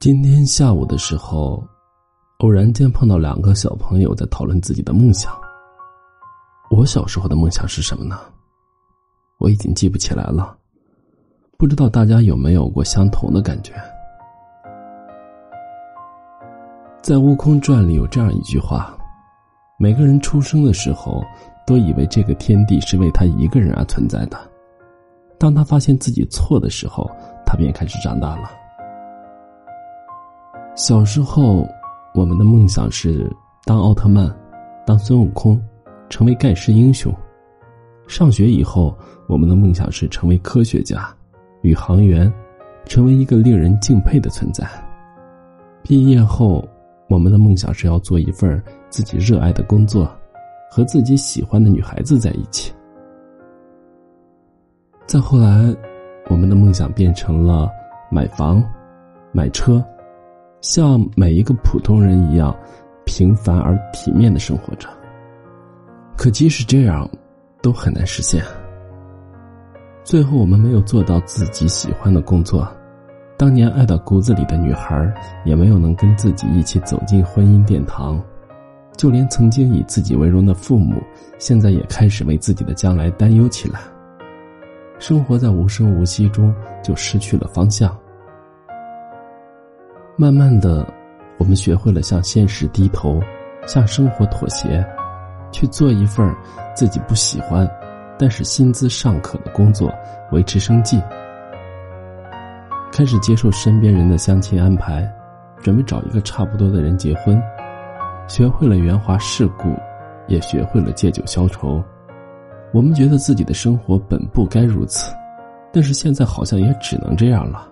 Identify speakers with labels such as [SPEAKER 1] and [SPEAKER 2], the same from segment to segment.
[SPEAKER 1] 今天下午的时候，偶然间碰到2个小朋友在讨论自己的梦想。我小时候的梦想是什么呢？我已经记不起来了，不知道大家有没有过相同的感觉。在《悟空传》里有这样一句话，每个人出生的时候都以为这个天地是为他一个人而存在的，当他发现自己错的时候，他便开始长大了。小时候我们的梦想是当奥特曼，当孙悟空，成为盖世英雄。上学以后，我们的梦想是成为科学家、宇航员，成为一个令人敬佩的存在。毕业后，我们的梦想是要做一份自己热爱的工作，和自己喜欢的女孩子在一起。再后来，我们的梦想变成了买房、买车，像每一个普通人一样平凡而体面的生活着。可即使这样，都很难实现。最后我们没有做到自己喜欢的工作，当年爱到骨子里的女孩也没有能跟自己一起走进婚姻殿堂，就连曾经以自己为荣的父母，现在也开始为自己的将来担忧起来。生活在无声无息中就失去了方向。慢慢的，我们学会了向现实低头，向生活妥协，去做一份自己不喜欢但是薪资尚可的工作，维持生计。开始接受身边人的相亲安排，准备找一个差不多的人结婚，学会了圆滑世故，也学会了借酒消愁。我们觉得自己的生活本不该如此，但是现在好像也只能这样了。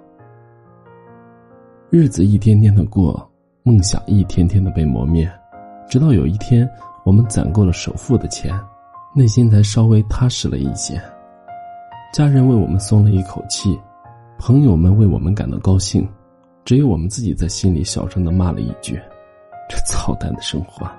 [SPEAKER 1] 日子一天天的过，梦想一天天的被磨灭，直到有一天我们攒够了首付的钱，内心才稍微踏实了一些。家人为我们松了一口气，朋友们为我们感到高兴，只有我们自己在心里小声地骂了一句：这操蛋的生活。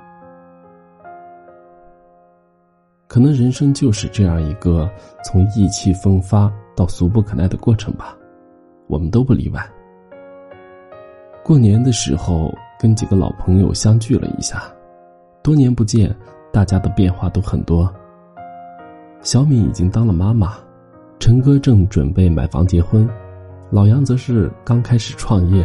[SPEAKER 1] 可能人生就是这样一个从意气风发到俗不可耐的过程吧，我们都不例外。过年的时候跟几个老朋友相聚了一下，多年不见，大家的变化都很多。小敏已经当了妈妈，陈哥正准备买房结婚，老杨则是刚开始创业。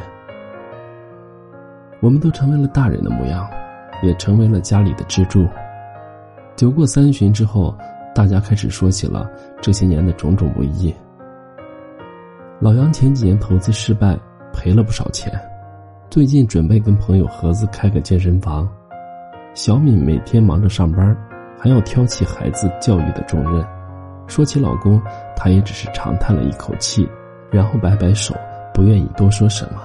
[SPEAKER 1] 我们都成为了大人的模样，也成为了家里的支柱。酒过三巡之后，大家开始说起了这些年的种种不易。老杨前几年投资失败，赔了不少钱，最近准备跟朋友合资开个健身房。小敏每天忙着上班，还要挑起孩子教育的重任。说起老公，她也只是长叹了一口气，然后摆摆手，不愿意多说什么。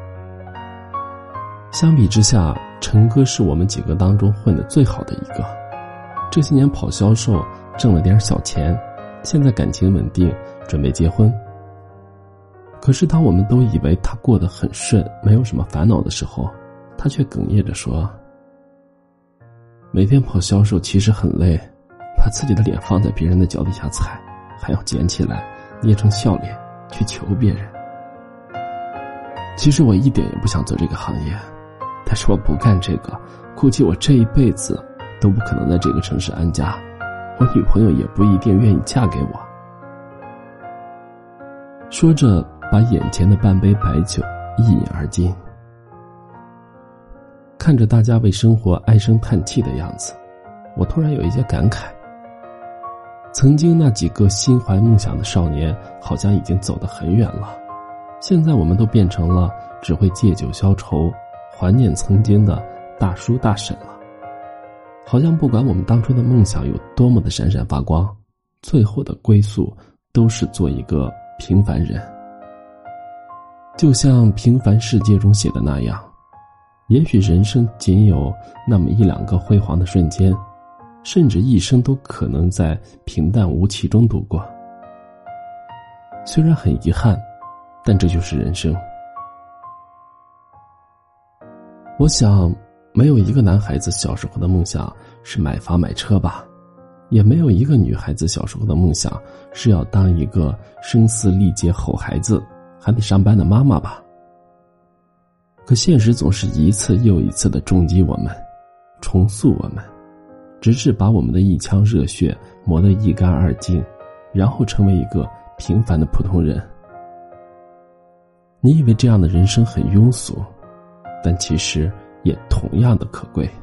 [SPEAKER 1] 相比之下，陈哥是我们几个当中混得最好的一个。这些年跑销售，挣了点小钱，现在感情稳定，准备结婚。可是当我们都以为他过得很顺，没有什么烦恼的时候，他却哽咽着说：每天跑销售其实很累，把自己的脸放在别人的脚底下踩，还要捡起来捏成笑脸去求别人。其实我一点也不想做这个行业，但是我不干这个，估计我这一辈子都不可能在这个城市安家，我女朋友也不一定愿意嫁给我。说着把眼前的半杯白酒一饮而尽。看着大家为生活唉声叹气的样子，我突然有一些感慨。曾经那几个心怀梦想的少年，好像已经走得很远了，现在我们都变成了只会借酒消愁，怀念曾经的大叔大婶了。好像不管我们当初的梦想有多么的闪闪发光，最后的归宿都是做一个平凡人。就像《平凡世界》中写的那样，也许人生仅有那么1-2个辉煌的瞬间，甚至一生都可能在平淡无奇中度过。虽然很遗憾，但这就是人生。我想没有一个男孩子小时候的梦想是买房买车吧，也没有一个女孩子小时候的梦想是要当一个声嘶力竭吼孩子还得上班的妈妈吧。 可现实总是一次又一次的重击我们，重塑我们，直至把我们的一腔热血磨得一干二净，然后成为一个平凡的普通人。你以为这样的人生很庸俗，但其实也同样的可贵。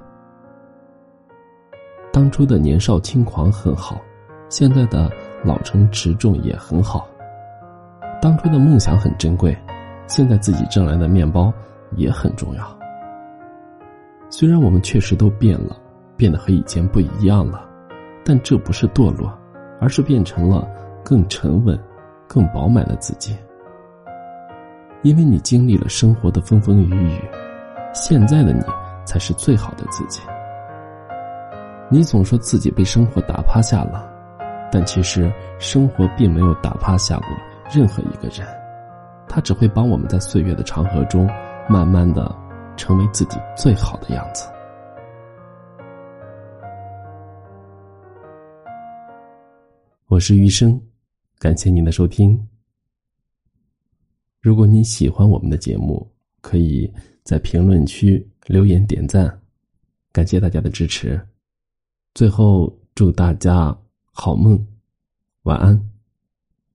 [SPEAKER 1] 当初的年少轻狂很好，现在的老成持重也很好。当初的梦想很珍贵，现在自己挣来的面包也很重要。虽然我们确实都变了，变得和以前不一样了，但这不是堕落，而是变成了更沉稳、更饱满的自己。因为你经历了生活的风风雨雨，现在的你才是最好的自己。你总说自己被生活打趴下了，但其实生活并没有打趴下过任何一个人，它只会帮我们在岁月的长河中慢慢的成为自己最好的样子。我是余生，感谢您的收听。如果你喜欢我们的节目，可以在评论区留言点赞，感谢大家的支持。最后祝大家好梦，晚安。